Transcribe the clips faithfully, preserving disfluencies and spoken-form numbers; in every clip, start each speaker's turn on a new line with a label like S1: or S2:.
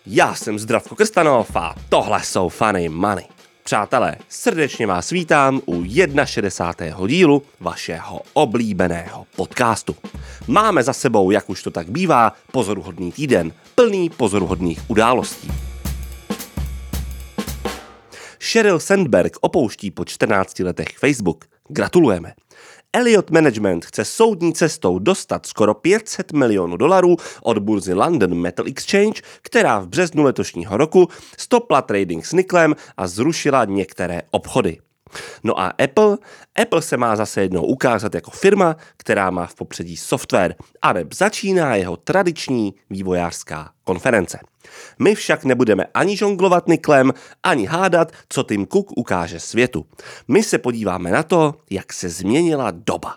S1: Já jsem Zdravko Krstanov a tohle jsou Funny Money. Přátelé, srdečně vás vítám u šedesátého prvního dílu vašeho oblíbeného podcastu. Máme za sebou, jak už to tak bývá, pozoruhodný týden, plný pozoruhodných událostí. Sheryl Sandberg opouští po čtrnácti letech Facebook. Gratulujeme. Elliott Management chce soudní cestou dostat skoro pět set milionů dolarů od burzy London Metal Exchange, která v březnu letošního roku stopla trading s niklem a zrušila některé obchody. No a Apple? Apple se má zase jednou ukázat jako firma, která má v popředí software, a neb začíná jeho tradiční vývojářská konference. My však nebudeme ani žonglovat niklem, ani hádat, co Tim Cook ukáže světu. My se podíváme na to, jak se změnila doba.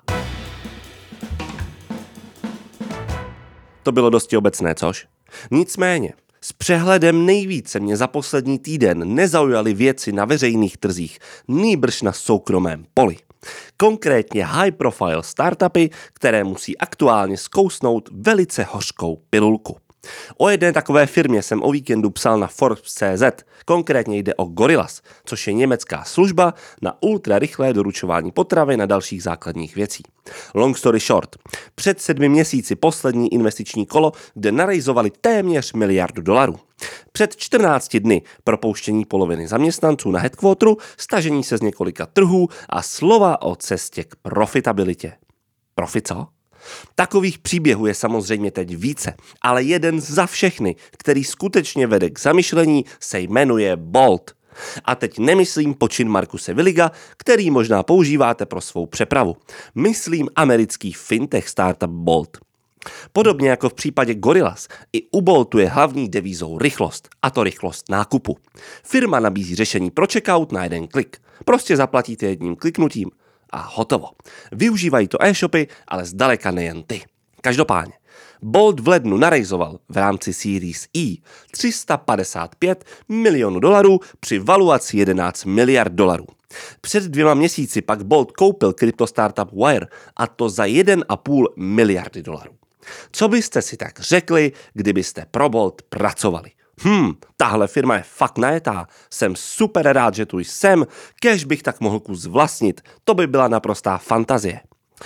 S1: To bylo dosti obecné, což? Nicméně, s přehledem nejvíce mě za poslední týden nezaujaly věci na veřejných trzích, nýbrž na soukromém poli. Konkrétně high profile startupy, které musí aktuálně zkousnout velice hořkou pilulku. O jedné takové firmě jsem o víkendu psal na Forbes tečka cé zet, konkrétně jde o Gorillas, což je německá služba na ultrarychlé doručování potravy na dalších základních věcí. Long story short, před sedmi měsíci poslední investiční kolo, kde narejzovali téměř miliardu dolarů. Před čtrnácti dny propouštění poloviny zaměstnanců na headquarteru, stažení se z několika trhů a slova o cestě k profitabilitě. Profit co? Takových příběhů je samozřejmě teď více, ale jeden za všechny, který skutečně vede k zamyšlení, se jmenuje Bolt. A teď nemyslím počin Markuse Williga, který možná používáte pro svou přepravu. Myslím americký fintech startup Bolt. Podobně jako v případě Gorillas, i u Boltu je hlavní devízou rychlost, a to rychlost nákupu. Firma nabízí řešení pro checkout na jeden klik. Prostě zaplatíte jedním kliknutím a hotovo. Využívají to e-shopy, ale zdaleka nejen ty. Každopádně, Bolt v lednu narejzoval v rámci Series E tři sta padesát pět milionů dolarů při valuaci jedenáct miliard dolarů. Před dvěma měsíci pak Bolt koupil kryptostartup Wire, a to za jedna celá pět miliardy dolarů. Co byste si tak řekli, kdybyste pro Bolt pracovali? Hm, tahle firma je fakt najetá, jsem super rád, že tu jsem, kéž bych tak mohl kus vlastnit, to by byla naprostá fantazie.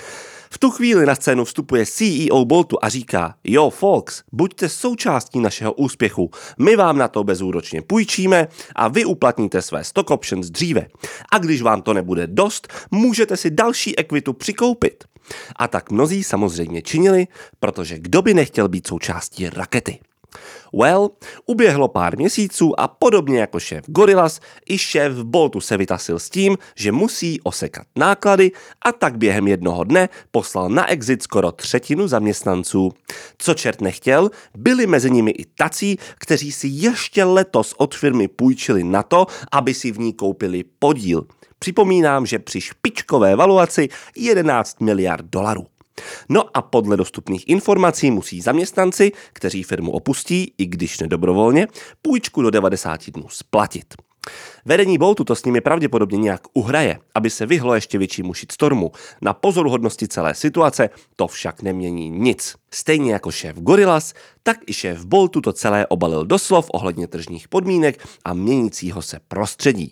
S1: V tu chvíli na scénu vstupuje C E O Boltu a říká: Jo folks, buďte součástí našeho úspěchu, my vám na to bezúročně půjčíme a vy uplatníte své stock options dříve. A když vám to nebude dost, můžete si další ekvitu přikoupit. A tak mnozí samozřejmě činili, protože kdo by nechtěl být součástí rakety. Well, uběhlo pár měsíců a podobně jako šéf Gorillas, i šéf Boltu se vytasil s tím, že musí osekat náklady, a tak během jednoho dne poslal na exit skoro třetinu zaměstnanců. Co čert nechtěl, byli mezi nimi i tací, kteří si ještě letos od firmy půjčili na to, aby si v ní koupili podíl. Připomínám, že při špičkové valuaci jedenáct miliard dolarů. No a podle dostupných informací musí zaměstnanci, kteří firmu opustí, i když nedobrovolně, půjčku do devadesáti dnů splatit. Vedení Boltu to s nimi pravděpodobně nějak uhraje, aby se vyhlo ještě většímu shitstormu. Na pozoruhodnosti celé situace to však nemění nic. Stejně jako šéf Gorillas, tak i šéf Boltu to celé obalil do slov ohledně tržních podmínek a měnícího se prostředí.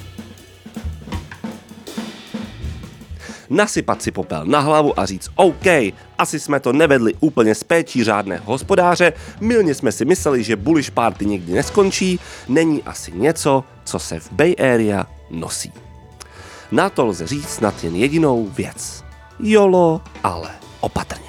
S1: Nasypat si popel na hlavu a říct OK, asi jsme to nevedli úplně s péčí řádného hospodáře, mylně jsme si mysleli, že bullish party nikdy neskončí, není asi něco, co se v Bay Area nosí. Na to lze říct snad jen jedinou věc. Jolo, ale opatrně.